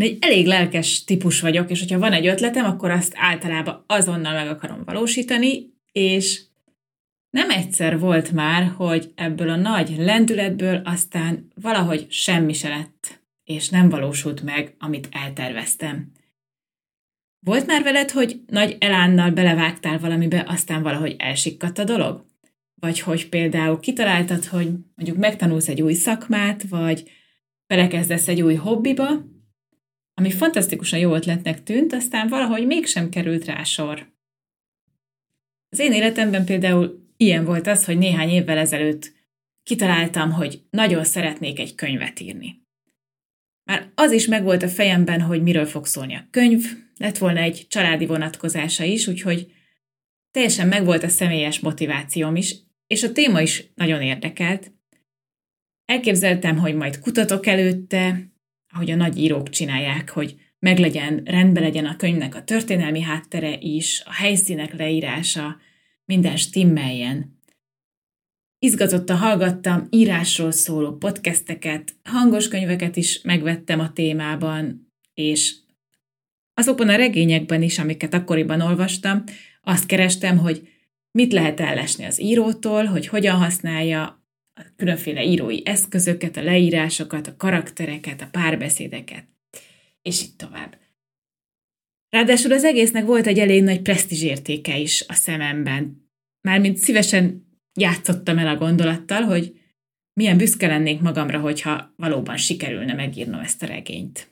Én egy elég lelkes típus vagyok, és hogyha van egy ötletem, akkor azt általában azonnal meg akarom valósítani, és nem egyszer volt már, hogy ebből a nagy lendületből aztán valahogy semmi se lett, és nem valósult meg, amit elterveztem. Volt már veled, hogy nagy elánnal belevágtál valamibe, aztán valahogy elsikkadt a dolog? Vagy hogy például kitaláltad, hogy mondjuk megtanulsz egy új szakmát, vagy belekezdesz egy új hobbiba, ami fantasztikusan jó ötletnek tűnt, aztán valahogy mégsem került rá sor. Az én életemben például ilyen volt az, hogy néhány évvel ezelőtt kitaláltam, hogy nagyon szeretnék egy könyvet írni. Már az is megvolt a fejemben, hogy miről fog szólni a könyv, lett volna egy családi vonatkozása is, úgyhogy teljesen megvolt a személyes motivációm is, és a téma is nagyon érdekelt. Elképzeltem, hogy majd kutatok előtte, ahogy a nagy írók csinálják, hogy meglegyen, rendben legyen a könyvnek a történelmi háttere is, a helyszínek leírása, minden stimmeljen. Izgatottan hallgattam írásról szóló podcasteket, hangos könyveket is megvettem a témában, és azokban a regényekben is, amiket akkoriban olvastam, azt kerestem, hogy mit lehet ellesni az írótól, hogy hogyan használja a különféle írói eszközöket, a leírásokat, a karaktereket, a párbeszédeket, és így tovább. Ráadásul az egésznek volt egy elég nagy presztízsértéke is a szememben. Mármint szívesen játszottam el a gondolattal, hogy milyen büszke lennék magamra, hogyha valóban sikerülne megírnom ezt a regényt.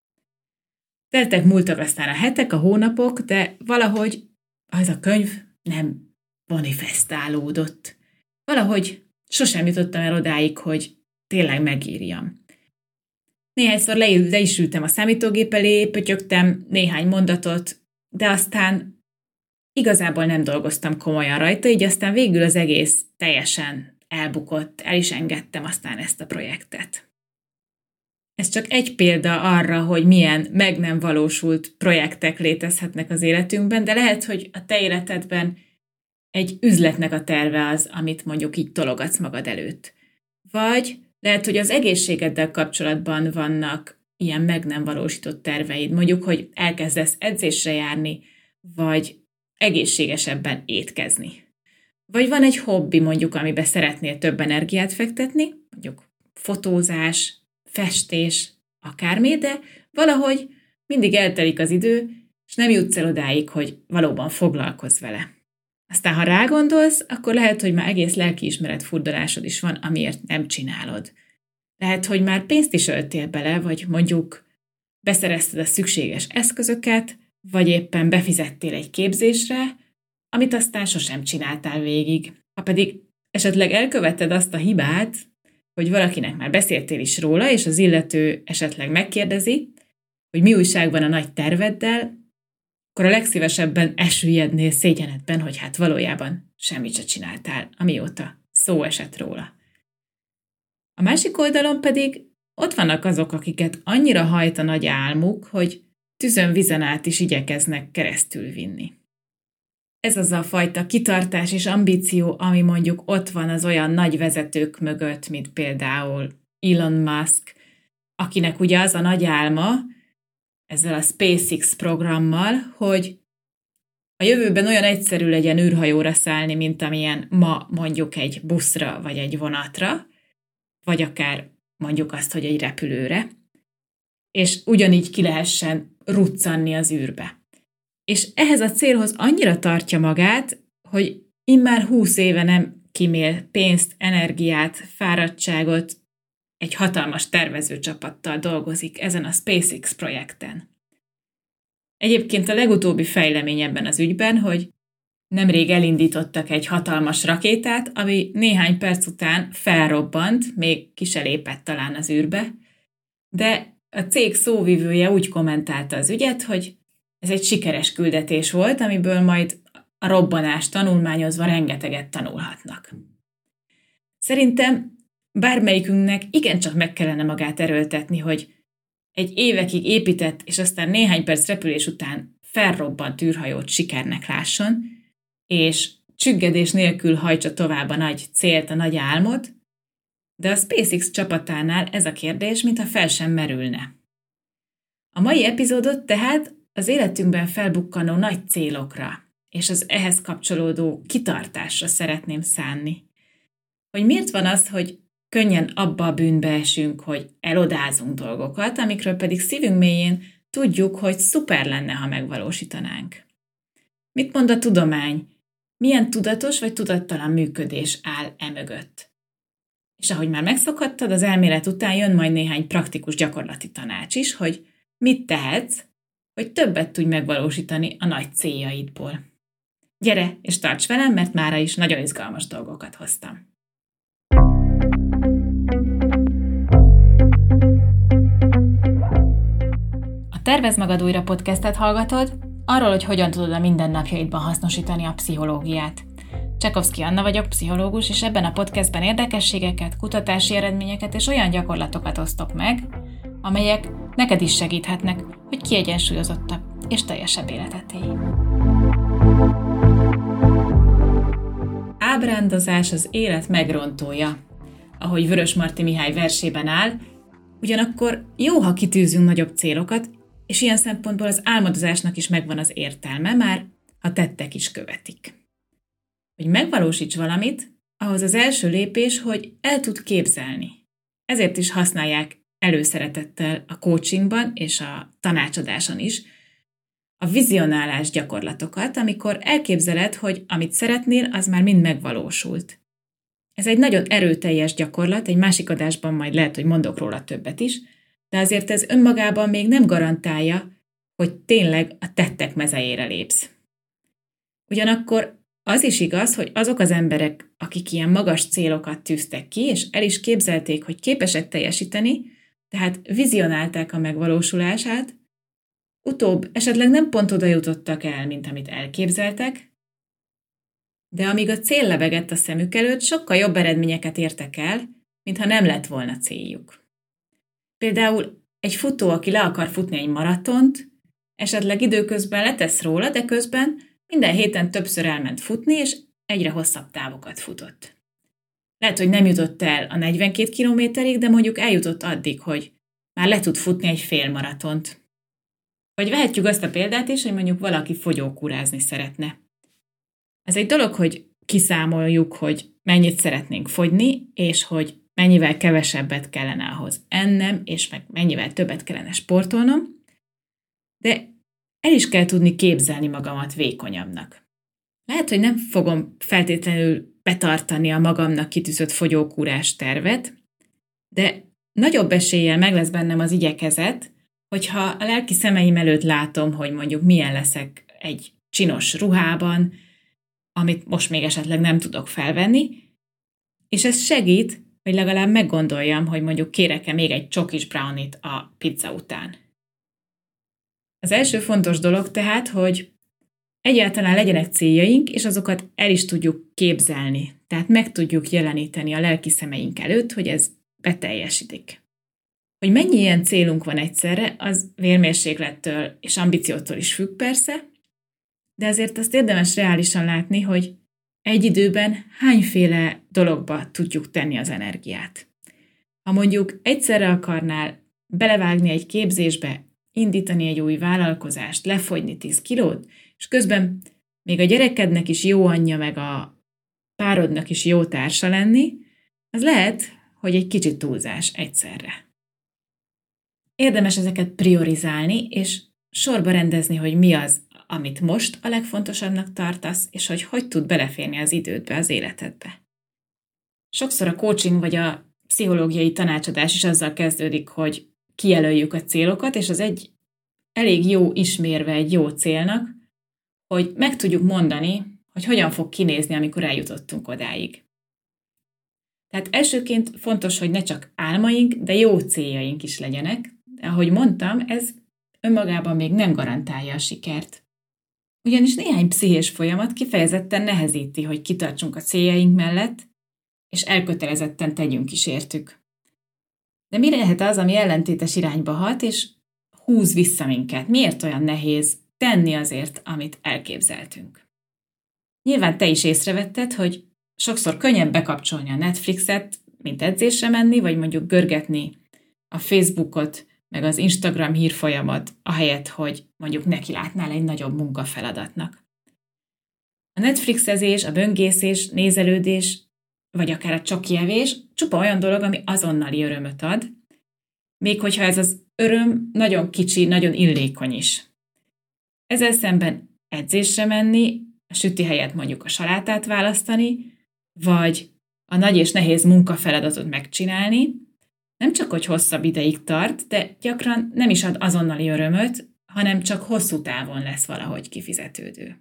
Múltak aztán a hetek, a hónapok, de valahogy az a könyv nem manifestálódott. Valahogy sosem jutottam el odáig, hogy tényleg megírjam. Néhányszor le is ültem a számítógép elé, pötyögtem néhány mondatot, de aztán igazából nem dolgoztam komolyan rajta, így aztán végül az egész teljesen elbukott, el is engedtem aztán ezt a projektet. Ez csak egy példa arra, hogy milyen meg nem valósult projektek létezhetnek az életünkben, de lehet, hogy a te életedben egy üzletnek a terve az, amit mondjuk így tologatsz magad előtt. Vagy lehet, hogy az egészségeddel kapcsolatban vannak ilyen meg nem valósított terveid, mondjuk, hogy elkezdesz edzésre járni, vagy egészségesebben étkezni. Vagy van egy hobbi mondjuk, amiben szeretnél több energiát fektetni, mondjuk fotózás, festés, akármi, de valahogy mindig eltelik az idő, és nem jutsz el odáig, hogy valóban foglalkozz vele. Aztán, ha rágondolsz, akkor lehet, hogy már egész lelkiismeret furdalásod is van, amiért nem csinálod. Lehet, hogy már pénzt is öltél bele, vagy mondjuk beszerezted a szükséges eszközöket, vagy éppen befizettél egy képzésre, amit aztán sosem csináltál végig. Ha pedig esetleg elkövetted azt a hibát, hogy valakinek már beszéltél is róla, és az illető esetleg megkérdezi, hogy mi újság van a nagy terveddel, akkor a legszívesebben esüllyednél szégyenedben, hogy hát valójában semmit se csináltál, amióta szó esett róla. A másik oldalon pedig ott vannak azok, akiket annyira hajt a nagy álmuk, hogy tüzön vizen át is igyekeznek keresztül vinni. Ez az a fajta kitartás és ambíció, ami mondjuk ott van az olyan nagy vezetők mögött, mint például Elon Musk, akinek ugye az a nagy álma, ezzel a SpaceX programmal, hogy a jövőben olyan egyszerű legyen űrhajóra szállni, mint amilyen ma mondjuk egy buszra vagy egy vonatra, vagy akár mondjuk azt, hogy egy repülőre, és ugyanígy ki lehessen ruccanni az űrbe. És ehhez a célhoz annyira tartja magát, hogy immár 20 éve nem kímél pénzt, energiát, fáradtságot, egy hatalmas tervezőcsapattal dolgozik ezen a SpaceX projekten. Egyébként a legutóbbi fejlemény ebben az ügyben, hogy nemrég elindítottak egy hatalmas rakétát, ami néhány perc után felrobbant, még ki se lépett talán az űrbe, de a cég szóvivője úgy kommentálta az ügyet, hogy ez egy sikeres küldetés volt, amiből majd a robbanást tanulmányozva rengeteget tanulhatnak. Szerintem bármelyikünknek igencsak meg kellene magát erőltetni, hogy egy évekig épített, és aztán néhány perc repülés után felrobbant űrhajót sikernek lásson, és csüggedés nélkül hajtsa tovább a nagy célt, a nagy álmot, de a SpaceX csapatánál ez a kérdés, mintha fel sem merülne. A mai epizódot tehát az életünkben felbukkanó nagy célokra és az ehhez kapcsolódó kitartásra szeretném szánni. Hogy miért van az, hogy könnyen abba a bűnbe esünk, hogy elodázunk dolgokat, amikről pedig szívünk mélyén tudjuk, hogy szuper lenne, ha megvalósítanánk. Mit mond a tudomány? Milyen tudatos vagy tudattalan működés áll emögött? És ahogy már megszokhattad, az elmélet után jön majd néhány praktikus gyakorlati tanács is, hogy mit tehetsz, hogy többet tudj megvalósítani a nagy céljaidból. Gyere és tarts velem, mert mára is nagyon izgalmas dolgokat hoztam. A Tervezd magad újra podcastet hallgatod, arról, hogy hogyan tudod a mindennapjaidban hasznosítani a pszichológiát. Csekovszky Anna vagyok, pszichológus, és ebben a podcastben érdekességeket, kutatási eredményeket és olyan gyakorlatokat osztok meg, amelyek neked is segíthetnek, hogy kiegyensúlyozottabb és teljesebb életet élj. Ábrándozás az élet megrontója, ahogy Vörösmarty Mihály versében áll, ugyanakkor jó, ha kitűzünk nagyobb célokat, és ilyen szempontból az álmodozásnak is megvan az értelme, már ha tettek is követik. Hogy megvalósíts valamit, ahhoz az első lépés, hogy el tud képzelni. Ezért is használják előszeretettel a coachingban és a tanácsadáson is a vizionálás gyakorlatokat, amikor elképzeled, hogy amit szeretnél, az már mind megvalósult. Ez egy nagyon erőteljes gyakorlat, egy másik adásban majd lehet, hogy mondok róla többet is, de azért ez önmagában még nem garantálja, hogy tényleg a tettek mezejére lépsz. Ugyanakkor az is igaz, hogy azok az emberek, akik ilyen magas célokat tűztek ki, és el is képzelték, hogy képesek teljesíteni, tehát vizionálták a megvalósulását, utóbb esetleg nem pont oda jutottak el, mint amit elképzeltek, de amíg a cél lebegett a szemük előtt, sokkal jobb eredményeket értek el, mintha nem lett volna céljuk. Például egy futó, aki le akar futni egy maratont, esetleg időközben letesz róla, de közben minden héten többször elment futni, és egyre hosszabb távokat futott. Lehet, hogy nem jutott el a 42 kilométerig, de mondjuk eljutott addig, hogy már le tud futni egy fél maratont. Vagy vehetjük azt a példát is, hogy mondjuk valaki fogyókúrázni szeretne. Ez egy dolog, hogy kiszámoljuk, hogy mennyit szeretnénk fogyni, és hogy mennyivel kevesebbet kellene ahhoz ennem, és meg mennyivel többet kellene sportolnom, de el is kell tudni képzelni magamat vékonyabbnak. Lehet, hogy nem fogom feltétlenül betartani a magamnak kitűzött fogyókúrás tervet, de nagyobb eséllyel meg lesz bennem az igyekezet, hogyha a lelki szemeim előtt látom, hogy mondjuk milyen leszek egy csinos ruhában, amit most még esetleg nem tudok felvenni, és ez segít, hogy legalább meggondoljam, hogy mondjuk kérek-e még egy csokis brownit a pizza után. Az első fontos dolog tehát, hogy egyáltalán legyenek céljaink, és azokat el is tudjuk képzelni, tehát meg tudjuk jeleníteni a lelki szemeink előtt, hogy ez beteljesítik. Hogy mennyi ilyen célunk van egyszerre, az vérmérséklettől és ambíciótól is függ persze, de azért azt érdemes reálisan látni, hogy egy időben hányféle dologba tudjuk tenni az energiát. Ha mondjuk egyszerre akarnál belevágni egy képzésbe, indítani egy új vállalkozást, lefogyni 10 kilót, és közben még a gyerekednek is jó anyja, meg a párodnak is jó társa lenni, az lehet, hogy egy kicsit túlzás egyszerre. Érdemes ezeket priorizálni, és sorba rendezni, hogy mi az, amit most a legfontosabbnak tartasz, és hogy tud beleférni az idődbe, az életedbe. Sokszor a coaching vagy a pszichológiai tanácsadás is azzal kezdődik, hogy kijelöljük a célokat, és az egy elég jó ismérve egy jó célnak, hogy meg tudjuk mondani, hogy hogyan fog kinézni, amikor eljutottunk odáig. Tehát elsőként fontos, hogy ne csak álmaink, de jó céljaink is legyenek, de ahogy mondtam, ez önmagában még nem garantálja a sikert. Ugyanis néhány pszichés folyamat kifejezetten nehezíti, hogy kitartsunk a céljaink mellett, és elkötelezetten tegyünk is értük. De mi lehet az, ami ellentétes irányba hat, és húz vissza minket? Miért olyan nehéz tenni azért, amit elképzeltünk? Nyilván te is észrevetted, hogy sokszor könnyebb bekapcsolni a Netflixet, mint edzésre menni, vagy mondjuk görgetni a Facebookot, meg az Instagram hírfolyamat, ahelyett, hogy mondjuk nekilátnál egy nagyobb munkafeladatnak. A Netflixezés, a böngészés, nézelődés, vagy akár a csokievés csupa olyan dolog, ami azonnali örömöt ad, még hogyha ez az öröm nagyon kicsi, nagyon illékony is. Ezzel szemben edzésre menni, a süti helyett mondjuk a salátát választani, vagy a nagy és nehéz munkafeladatot megcsinálni, nem csak hogy hosszabb ideig tart, de gyakran nem is ad azonnali örömöt, hanem csak hosszú távon lesz valahogy kifizetődő.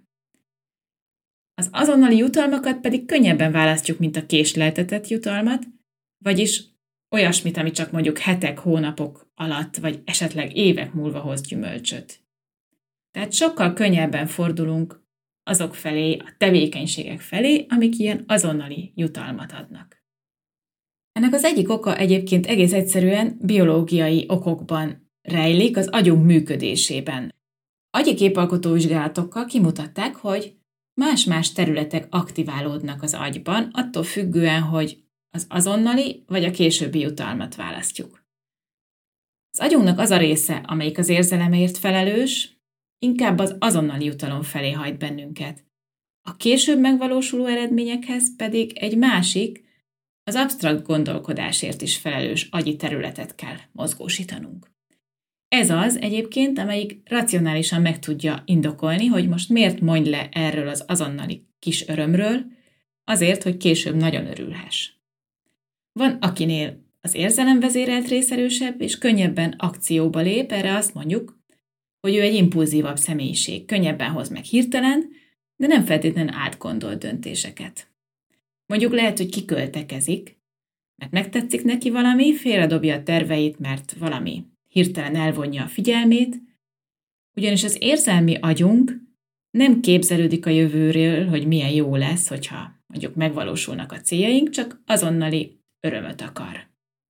Az azonnali jutalmakat pedig könnyebben választjuk, mint a késleltetett jutalmat, vagyis olyasmit, ami csak mondjuk hetek, hónapok alatt, vagy esetleg évek múlva hoz gyümölcsöt. Tehát sokkal könnyebben fordulunk azok felé, a tevékenységek felé, amik ilyen azonnali jutalmat adnak. Ennek az egyik oka egyébként egész egyszerűen biológiai okokban rejlik, az agyunk működésében. Agyi képalkotó vizsgálatokkal kimutatták, hogy más-más területek aktiválódnak az agyban, attól függően, hogy az azonnali vagy a későbbi jutalmat választjuk. Az agyunknak az a része, amelyik az érzelemért felelős, inkább az azonnali jutalom felé hajt bennünket. A később megvalósuló eredményekhez pedig egy másik, az absztrakt gondolkodásért is felelős agyi területet kell mozgósítanunk. Ez az egyébként, amelyik racionálisan meg tudja indokolni, hogy most miért mondj le erről az azonnali kis örömről, azért, hogy később nagyon örülhess. Van, akinél az érzelemvezérelt rész erősebb, és könnyebben akcióba lép, erre azt mondjuk, hogy ő egy impulzívabb személyiség, könnyebben hoz meg hirtelen, de nem feltétlenül átgondolt döntéseket. Mondjuk lehet, hogy kiköltekezik, mert megtetszik neki valami, félredobja a terveit, mert valami hirtelen elvonja a figyelmét, ugyanis az érzelmi agyunk nem képzelődik a jövőről, hogy milyen jó lesz, hogyha mondjuk megvalósulnak a céljaink, csak azonnali örömöt akar.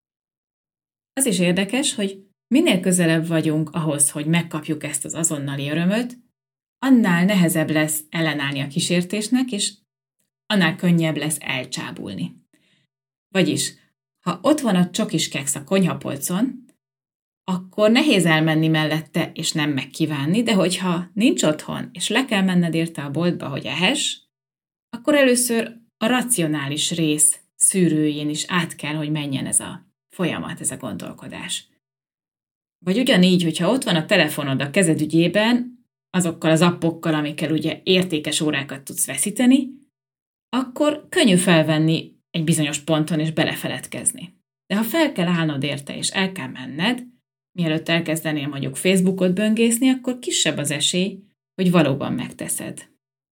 Az is érdekes, hogy minél közelebb vagyunk ahhoz, hogy megkapjuk ezt az azonnali örömöt, annál nehezebb lesz ellenállni a kísértésnek, és annál könnyebb lesz elcsábulni. Vagyis, ha ott van a csokis keksz a konyhapolcon, akkor nehéz elmenni mellette, és nem megkívánni, de hogyha nincs otthon, és le kell menned érte a boltba, hogy ehess, akkor először a racionális rész szűrőjén is át kell, hogy menjen ez a folyamat, ez a gondolkodás. Vagy ugyanígy, hogyha ott van a telefonod a kezed ügyében, azokkal az appokkal, amikkel ugye értékes órákat tudsz veszíteni, akkor könnyű felvenni egy bizonyos ponton és belefeledkezni. De ha fel kell állnod érte és el kell menned, mielőtt elkezdenél mondjuk Facebookot böngészni, akkor kisebb az esély, hogy valóban megteszed.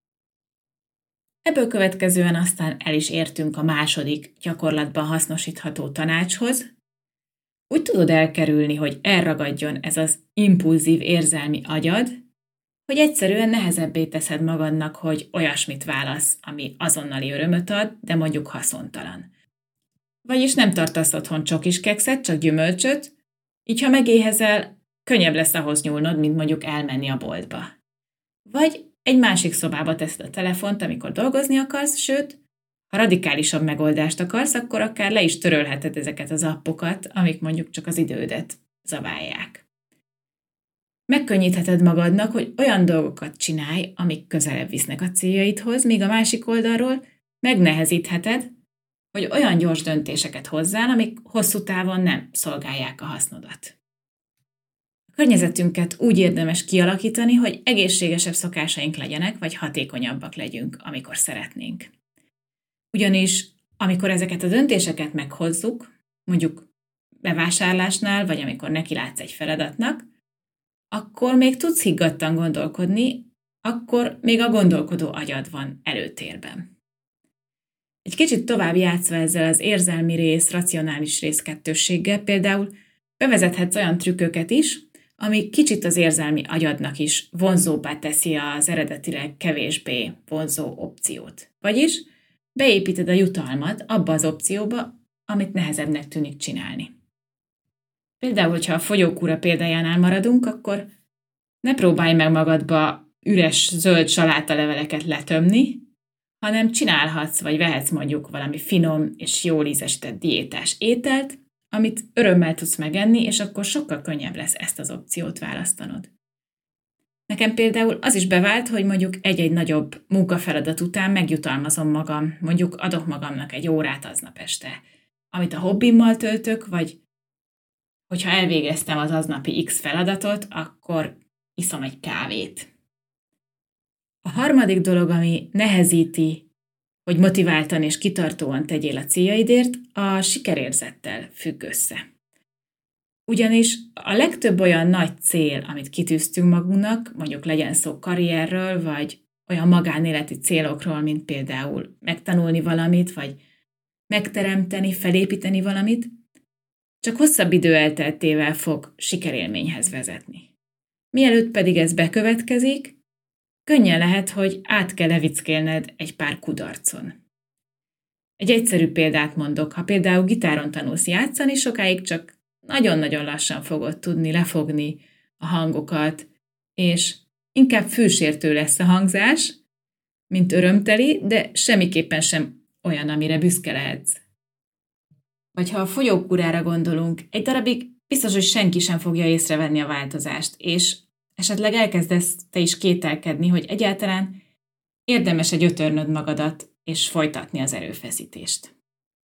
Ebből következően aztán el is értünk a második gyakorlatban hasznosítható tanácshoz. Úgy tudod elkerülni, hogy elragadjon ez az impulzív érzelmi agyad, hogy egyszerűen nehezebbé teszed magadnak, hogy olyasmit válasz, ami azonnali örömöt ad, de mondjuk haszontalan. Vagyis nem tartasz otthon csokis kekszet, csak gyümölcsöt, így ha megéhezel, könnyebb lesz ahhoz nyúlnod, mint mondjuk elmenni a boltba. Vagy egy másik szobába teszed a telefont, amikor dolgozni akarsz, sőt, ha radikálisabb megoldást akarsz, akkor akár le is törölheted ezeket az appokat, amik mondjuk csak az idődet zabálják. Megkönnyítheted magadnak, hogy olyan dolgokat csinálj, amik közelebb visznek a céljaidhoz, míg a másik oldalról megnehezítheted, hogy olyan gyors döntéseket hozzál, amik hosszú távon nem szolgálják a hasznodat. A környezetünket úgy érdemes kialakítani, hogy egészségesebb szokásaink legyenek, vagy hatékonyabbak legyünk, amikor szeretnénk. Ugyanis, amikor ezeket a döntéseket meghozzuk, mondjuk bevásárlásnál, vagy amikor nekilátsz egy feladatnak, akkor még tudsz higgadtan gondolkodni, akkor még a gondolkodó agyad van előtérben. Egy kicsit tovább játszva ezzel az érzelmi rész, racionális rész kettősséggel, például bevezethetsz olyan trükköket is, ami kicsit az érzelmi agyadnak is vonzóbbá teszi az eredetileg kevésbé vonzó opciót. Vagyis beépíted a jutalmat abba az opcióba, amit nehezebbnek tűnik csinálni. Például, hogyha a fogyókúra példájánál maradunk, akkor ne próbálj meg magadba üres zöld salátaleveleket letömni, hanem csinálhatsz, vagy vehetsz mondjuk valami finom és jól ízesített diétás ételt, amit örömmel tudsz megenni, és akkor sokkal könnyebb lesz ezt az opciót választanod. Nekem például az is bevált, hogy mondjuk egy-egy nagyobb munkafeladat után megjutalmazom magam, mondjuk adok magamnak egy órát aznap este, amit a hobbimmal töltök, vagy hogyha elvégeztem az aznapi X feladatot, akkor iszom egy kávét. A harmadik dolog, ami nehezíti, hogy motiváltan és kitartóan tegyél a céljaidért, a sikerérzettel függ össze. Ugyanis a legtöbb olyan nagy cél, amit kitűztünk magunknak, mondjuk legyen szó karrierről, vagy olyan magánéleti célokról, mint például megtanulni valamit, vagy megteremteni, felépíteni valamit, csak hosszabb idő elteltével fog sikerélményhez vezetni. Mielőtt pedig ez bekövetkezik, könnyen lehet, hogy át kell levickélned egy pár kudarcon. Egy egyszerű példát mondok, ha például gitáron tanulsz játszani, sokáig csak nagyon-nagyon lassan fogod tudni lefogni a hangokat, és inkább fülsértő lesz a hangzás, mint örömteli, de semmiképpen sem olyan, amire büszke lehetsz. Vagy ha a fogyókúrára gondolunk, egy darabig biztos, hogy senki sem fogja észrevenni a változást, és esetleg elkezdesz te is kételkedni, hogy egyáltalán érdemes gyötörnöd magadat, és folytatni az erőfeszítést.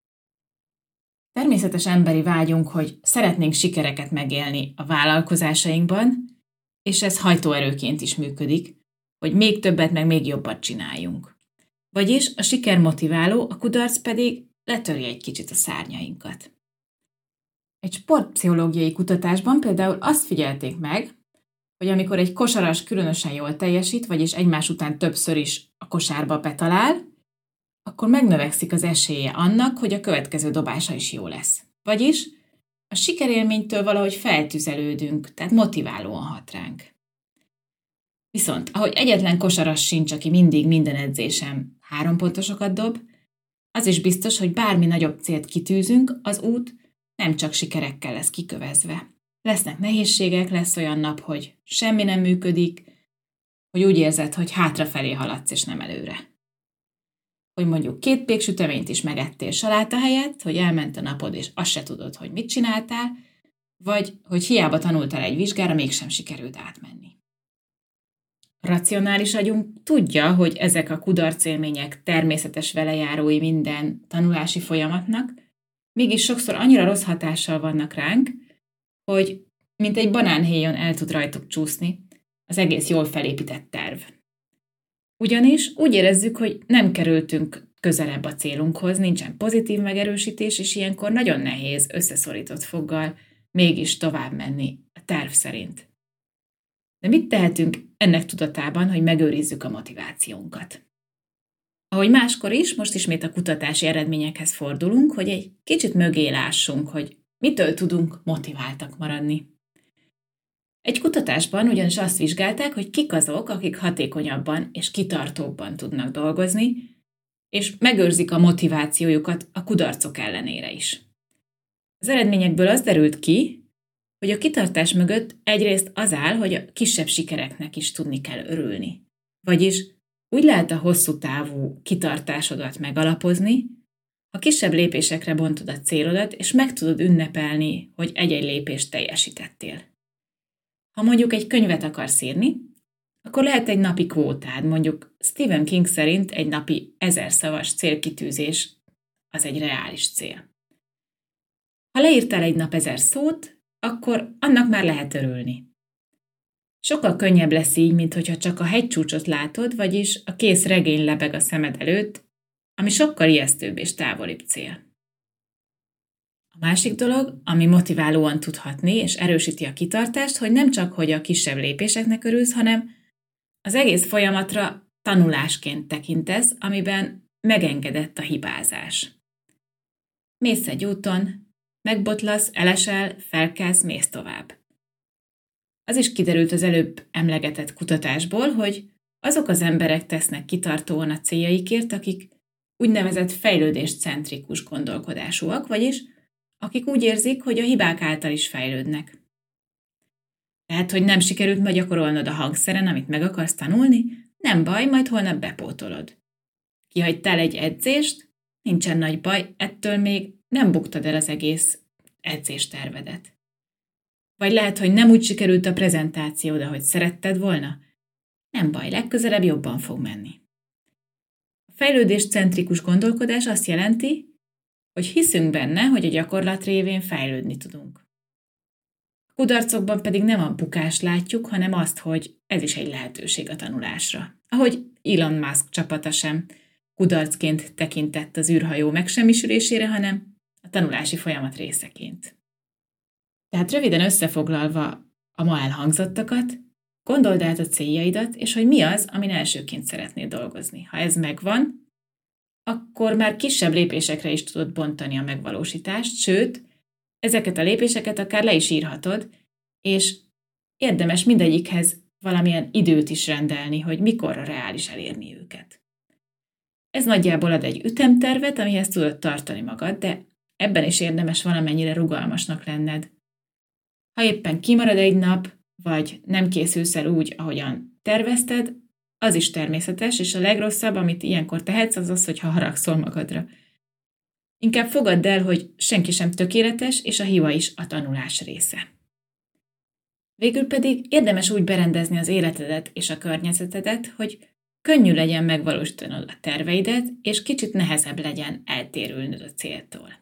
Természetes emberi vágyunk, hogy szeretnénk sikereket megélni a vállalkozásainkban, és ez hajtóerőként is működik, hogy még többet, meg még jobbat csináljunk. Vagyis a siker motiváló, a kudarc pedig letöri egy kicsit a szárnyainkat. Egy sportpszichológiai kutatásban például azt figyelték meg, hogy amikor egy kosaras különösen jól teljesít, vagyis egymás után többször is a kosárba betalál, akkor megnövekszik az esélye annak, hogy a következő dobása is jó lesz. Vagyis a sikerélménytől valahogy feltüzelődünk, tehát motiválóan hat ránk. Viszont, ahogy egyetlen kosaras sincs, aki mindig minden edzésen 3 pontosokat dob, az is biztos, hogy bármi nagyobb célt kitűzünk, az út nem csak sikerekkel lesz kikövezve. Lesznek nehézségek, lesz olyan nap, hogy semmi nem működik, hogy úgy érzed, hogy hátrafelé haladsz és nem előre. Hogy mondjuk 2 péksüteményt is megettél saláta helyett, hogy elment a napod és azt se tudod, hogy mit csináltál, vagy hogy hiába tanultál egy vizsgára, mégsem sikerült átmenni. A racionális agyunk tudja, hogy ezek a kudarcélmények természetes velejárói minden tanulási folyamatnak, mégis sokszor annyira rossz hatással vannak ránk, hogy mint egy banánhéjon el tud rajtuk csúszni az egész jól felépített terv. Ugyanis úgy érezzük, hogy nem kerültünk közelebb a célunkhoz, nincsen pozitív megerősítés, és ilyenkor nagyon nehéz összeszorított foggal mégis tovább menni a terv szerint. De mit tehetünk ennek tudatában, hogy megőrizzük a motivációnkat? Ahogy máskor is, most ismét a kutatási eredményekhez fordulunk, hogy egy kicsit mögé lássunk, hogy mitől tudunk motiváltak maradni. Egy kutatásban ugyanis azt vizsgálták, hogy kik azok, akik hatékonyabban és kitartóbban tudnak dolgozni, és megőrzik a motivációjukat a kudarcok ellenére is. Az eredményekből az derült ki, hogy a kitartás mögött egyrészt az áll, hogy a kisebb sikereknek is tudni kell örülni. Vagyis úgy lehet a hosszú távú kitartásodat megalapozni, ha kisebb lépésekre bontod a célodat, és meg tudod ünnepelni, hogy egy-egy lépést teljesítettél. Ha mondjuk egy könyvet akarsz írni, akkor lehet egy napi kvótád, mondjuk Stephen King szerint egy napi 1000 szavas célkitűzés az egy reális cél. Ha leírtál egy nap 1000 szót, akkor annak már lehet örülni. Sokkal könnyebb lesz így, mint hogyha csak a hegycsúcsot látod, vagyis a kész regény lebeg a szemed előtt, ami sokkal ijesztőbb és távolibb cél. A másik dolog, ami motiválóan tud hatni és erősíti a kitartást, hogy nem csak hogy a kisebb lépéseknek örülsz, hanem az egész folyamatra tanulásként tekintesz, amiben megengedett a hibázás. Mész egy úton, megbotlasz, elesel, felkelsz, mész tovább. Az is kiderült az előbb emlegetett kutatásból, hogy azok az emberek tesznek kitartóan a céljaikért, akik úgynevezett fejlődéscentrikus gondolkodásúak, vagyis akik úgy érzik, hogy a hibák által is fejlődnek. Tehát, hogy nem sikerült ma gyakorolnod a hangszeren, amit meg akarsz tanulni, nem baj, majd holnap bepótolod. Kihagytál egy edzést, nincsen nagy baj, ettől még nem buktad el az egész edzéstervedet. Vagy lehet, hogy nem úgy sikerült a prezentációd, ahogy szeretted volna? Nem baj, legközelebb jobban fog menni. A fejlődéscentrikus gondolkodás azt jelenti, hogy hiszünk benne, hogy a gyakorlat révén fejlődni tudunk. A kudarcokban pedig nem a bukást látjuk, hanem azt, hogy ez is egy lehetőség a tanulásra. Ahogy Elon Musk csapata sem kudarcként tekintett az űrhajó megsemmisülésére, hanem a tanulási folyamat részeként. Tehát röviden összefoglalva a ma elhangzottakat, gondold át a céljaidat, és hogy mi az, amin elsőként szeretnél dolgozni. Ha ez megvan, akkor már kisebb lépésekre is tudod bontani a megvalósítást, sőt, ezeket a lépéseket akár le is írhatod, és érdemes mindegyikhez valamilyen időt is rendelni, hogy mikorra reális elérni őket. Ez nagyjából ad egy ütemtervet, amihez tudod tartani magad, de ebben is érdemes valamennyire rugalmasnak lenned. Ha éppen kimarad egy nap, vagy nem készülsz el úgy, ahogyan tervezted, az is természetes, és a legrosszabb, amit ilyenkor tehetsz, az az, hogy haragszol magadra. Inkább fogadd el, hogy senki sem tökéletes, és a hiba is a tanulás része. Végül pedig érdemes úgy berendezni az életedet és a környezetedet, hogy könnyű legyen megvalósítanod a terveidet, és kicsit nehezebb legyen eltérülnöd a céltól.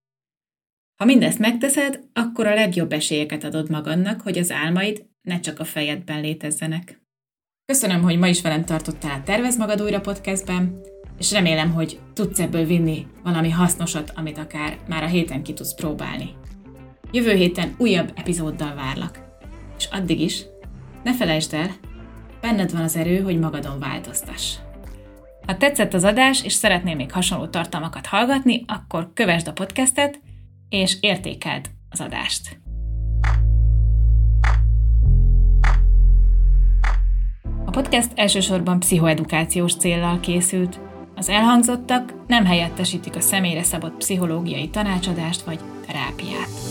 Ha mindezt megteszed, akkor a legjobb esélyeket adod magadnak, hogy az álmaid ne csak a fejedben létezzenek. Köszönöm, hogy ma is velem tartottál a Tervezd Magad Újra podcastben, és remélem, hogy tudsz ebből vinni valami hasznosat, amit akár már a héten ki tudsz próbálni. Jövő héten újabb epizóddal várlak. És addig is, ne felejtsd el, benned van az erő, hogy magadon változtass. Ha tetszett az adás, és szeretnél még hasonló tartalmakat hallgatni, akkor kövesd a podcastet, és értékeld az adást. A podcast elsősorban pszichoedukációs céllal készült. Az elhangzottak nem helyettesítik a személyre szabott pszichológiai tanácsadást vagy terápiát.